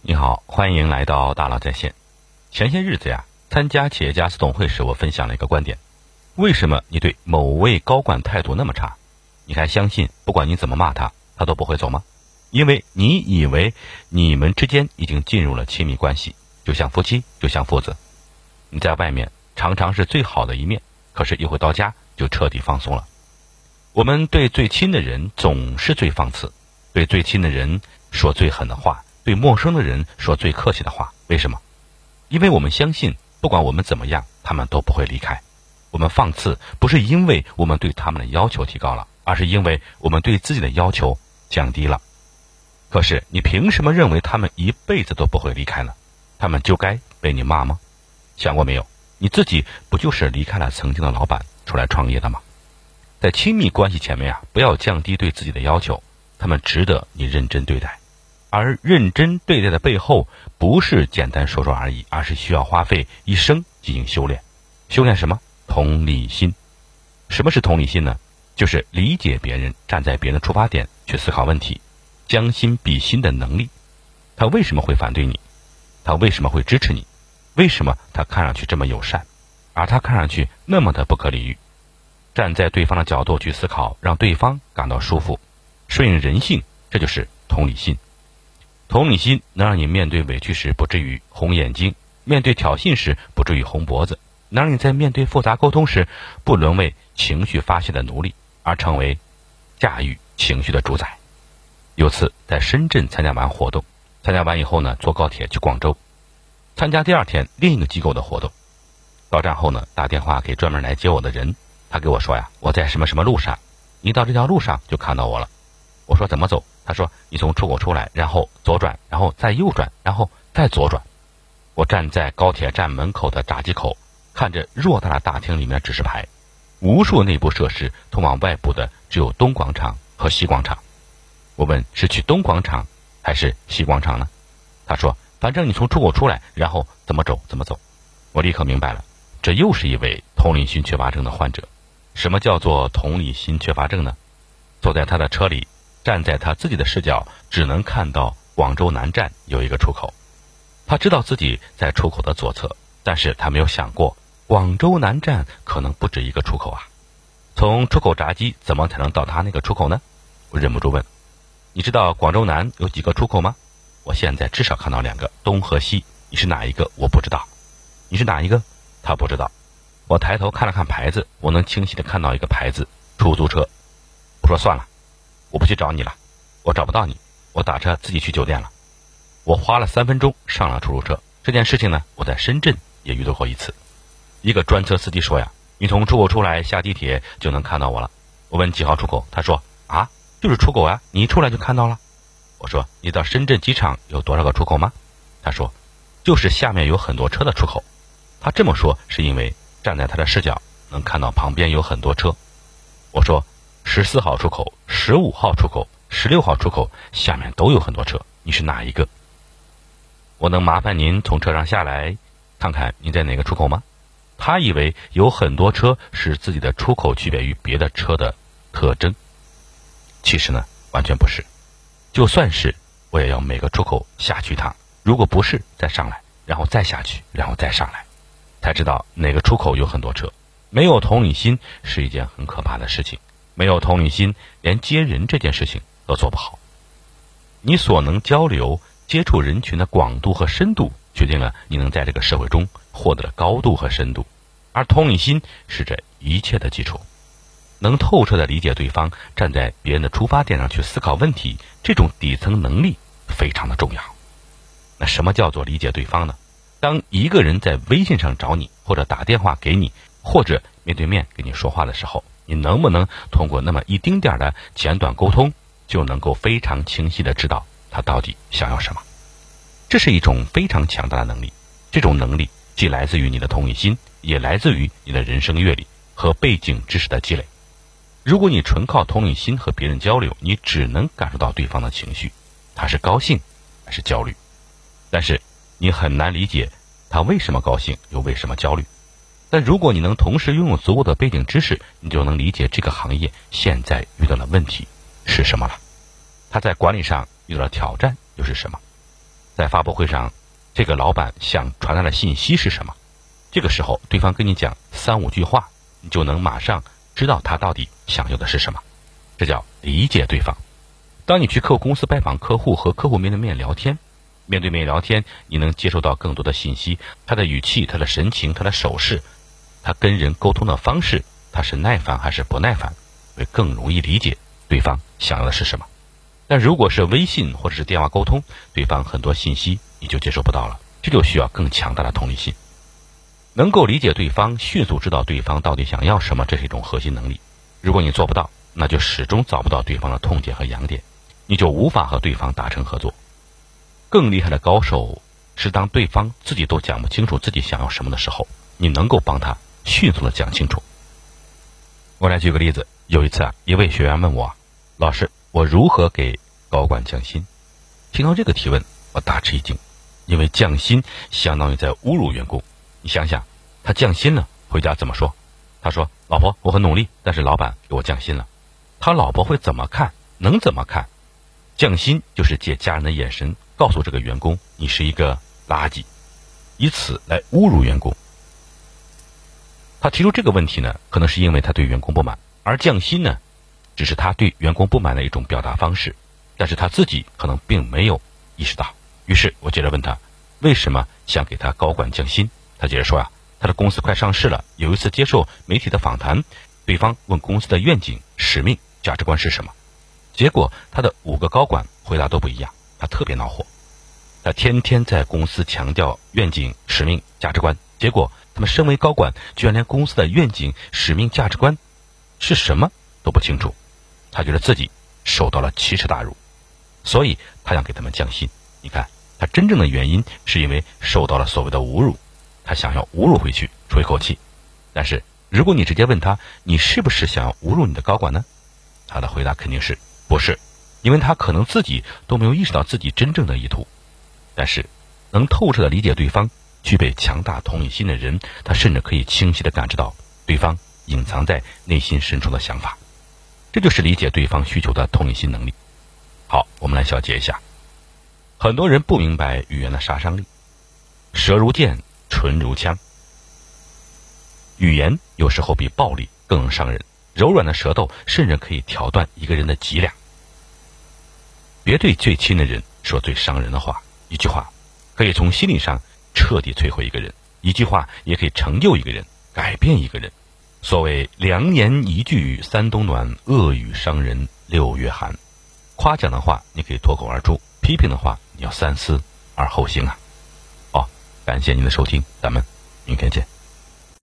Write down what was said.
你好，欢迎来到大佬在线。前些日子呀，参加企业家私董会时，我分享了一个观点：为什么你对某位高管态度那么差，你还相信不管你怎么骂他，他都不会走吗？因为你以为你们之间已经进入了亲密关系，就像夫妻，就像父子。你在外面常常是最好的一面，可是一回到家就彻底放松了。我们对最亲的人总是最放肆，对最亲的人说最狠的话，对陌生的人说最客气的话。为什么？因为我们相信不管我们怎么样，他们都不会离开。我们放肆不是因为我们对他们的要求提高了，而是因为我们对自己的要求降低了。可是你凭什么认为他们一辈子都不会离开呢？他们就该被你骂吗？想过没有，你自己不就是离开了曾经的老板出来创业的吗？在亲密关系前面不要降低对自己的要求，他们值得你认真对待。而认真对待的背后，不是简单说说而已，而是需要花费一生进行修炼。修炼什么？同理心。什么是同理心呢？就是理解别人，站在别人的出发点去思考问题，将心比心的能力。他为什么会反对你？他为什么会支持你？为什么他看上去这么友善，而他看上去那么的不可理喻？站在对方的角度去思考，让对方感到舒服，顺应人性，这就是同理心。同理心能让你面对委屈时不至于红眼睛，面对挑衅时不至于红脖子，能让你在面对复杂沟通时不沦为情绪发泄的奴隶，而成为驾驭情绪的主宰。有次在深圳参加完活动，参加完以后呢，坐高铁去广州，参加第二天另一个机构的活动。到站后呢，打电话给专门来接我的人，他给我说呀，我在什么什么路上，你到这条路上就看到我了。我说怎么走？他说你从出口出来，然后左转，然后再右转，然后再左转。我站在高铁站门口的闸机口，看着偌大的大厅里面的指示牌，无数内部设施，通往外部的只有东广场和西广场。我问是去东广场还是西广场呢？他说反正你从出口出来，然后怎么走怎么走。我立刻明白了，这又是一位同理心缺乏症的患者。什么叫做同理心缺乏症呢？坐在他的车里，站在他自己的视角，只能看到广州南站有一个出口。他知道自己在出口的左侧，但是他没有想过广州南站可能不止一个出口啊。从出口闸机怎么才能到他那个出口呢？我忍不住问，你知道广州南有几个出口吗？我现在至少看到2个，东和西，你是哪一个？我不知道。你是哪一个？他不知道。我抬头看了看牌子，我能清晰地看到一个牌子，出租车。我说算了，我不去找你了，我找不到你，我打车自己去酒店了。我花了3分钟上了出租车。这件事情呢，我在深圳也遇到过一次。一个专车司机说呀，你从出口出来下地铁就能看到我了。我问几号出口，他说啊，就是出口啊，你一出来就看到了。我说你到深圳机场有多少个出口吗？他说就是下面有很多车的出口。他这么说是因为站在他的视角能看到旁边有很多车。我说14号出口、15号出口、16号出口下面都有很多车，你是哪一个？我能麻烦您从车上下来看看您在哪个出口吗？他以为有很多车是自己的出口区别于别的车的特征，其实呢完全不是。就算是我也要每个出口下去一趟，如果不是再上来，然后再下去，然后再上来，才知道哪个出口有很多车。没有同理心是一件很可怕的事情，没有同理心，连接人这件事情都做不好。你所能交流接触人群的广度和深度，决定了你能在这个社会中获得的高度和深度，而同理心是这一切的基础。能透彻地理解对方，站在别人的出发点上去思考问题，这种底层能力非常的重要。那什么叫做理解对方呢？当一个人在微信上找你，或者打电话给你，或者面对面跟你说话的时候，你能不能通过那么一丁点的简短沟通，就能够非常清晰地知道他到底想要什么？这是一种非常强大的能力。这种能力既来自于你的同理心，也来自于你的人生阅历和背景知识的积累。如果你纯靠同理心和别人交流，你只能感受到对方的情绪，他是高兴还是焦虑，但是你很难理解他为什么高兴又为什么焦虑。但如果你能同时拥有足够的背景知识，你就能理解这个行业现在遇到的问题是什么了，他在管理上遇到的挑战又是什么。 在发布会上，这个老板想传达的信息是什么？这个时候对方跟你讲3、5句话，你就能马上知道他到底想要的是什么。这叫理解对方。当你去客户公司拜访客户，和客户面对面聊天，面对面聊天，你能接收到更多的信息，他的语气，他的神情，他的手势，他跟人沟通的方式，他是耐烦还是不耐烦，会更容易理解对方想要的是什么。但如果是微信或者是电话沟通，对方很多信息你就接收不到了，这就需要更强大的同理心。能够理解对方，迅速知道对方到底想要什么，这是一种核心能力。如果你做不到，那就始终找不到对方的痛点和痒点，你就无法和对方达成合作。更厉害的高手是当对方自己都讲不清楚自己想要什么的时候，你能够帮他迅速的讲清楚。我来举个例子，有一次一位学员问我，老师，我如何给高管降薪？听到这个提问，我大吃一惊，因为降薪相当于在侮辱员工。你想想，他降薪了，回家怎么说？他说，老婆，我很努力，但是老板给我降薪了。他老婆会怎么看？能怎么看？降薪就是借家人的眼神告诉这个员工，你是一个垃圾，以此来侮辱员工。他提出这个问题呢，可能是因为他对员工不满，而降薪呢，只是他对员工不满的一种表达方式，但是他自己可能并没有意识到。于是我接着问他，为什么想给他高管降薪？他接着说他的公司快上市了，有一次接受媒体的访谈，对方问公司的愿景、使命、价值观是什么，结果他的5个高管回答都不一样，他特别恼火。他天天在公司强调愿景、使命、价值观，结果他们身为高管居然连公司的愿景、使命、价值观是什么都不清楚，他觉得自己受到了奇耻大辱，所以他想给他们降薪。你看，他真正的原因是因为受到了所谓的侮辱，他想要侮辱回去出一口气。但是如果你直接问他，你是不是想要侮辱你的高管呢？他的回答肯定是不是，因为他可能自己都没有意识到自己真正的意图。但是能透彻的理解对方，具备强大同理心的人，他甚至可以清晰的感知到对方隐藏在内心深处的想法，这就是理解对方需求的同理心能力。好，我们来小结一下。很多人不明白语言的杀伤力，舌如剑，唇如枪。语言有时候比暴力更能伤人，柔软的舌头甚至可以挑断一个人的脊梁。别对最亲的人说最伤人的话，一句话可以从心理上彻底摧毁一个人，一句话也可以成就一个人，改变一个人。所谓良言一句三冬暖，恶语伤人6月寒。夸奖的话你可以脱口而出，批评的话你要三思而后行啊。好，感谢您的收听，咱们明天见。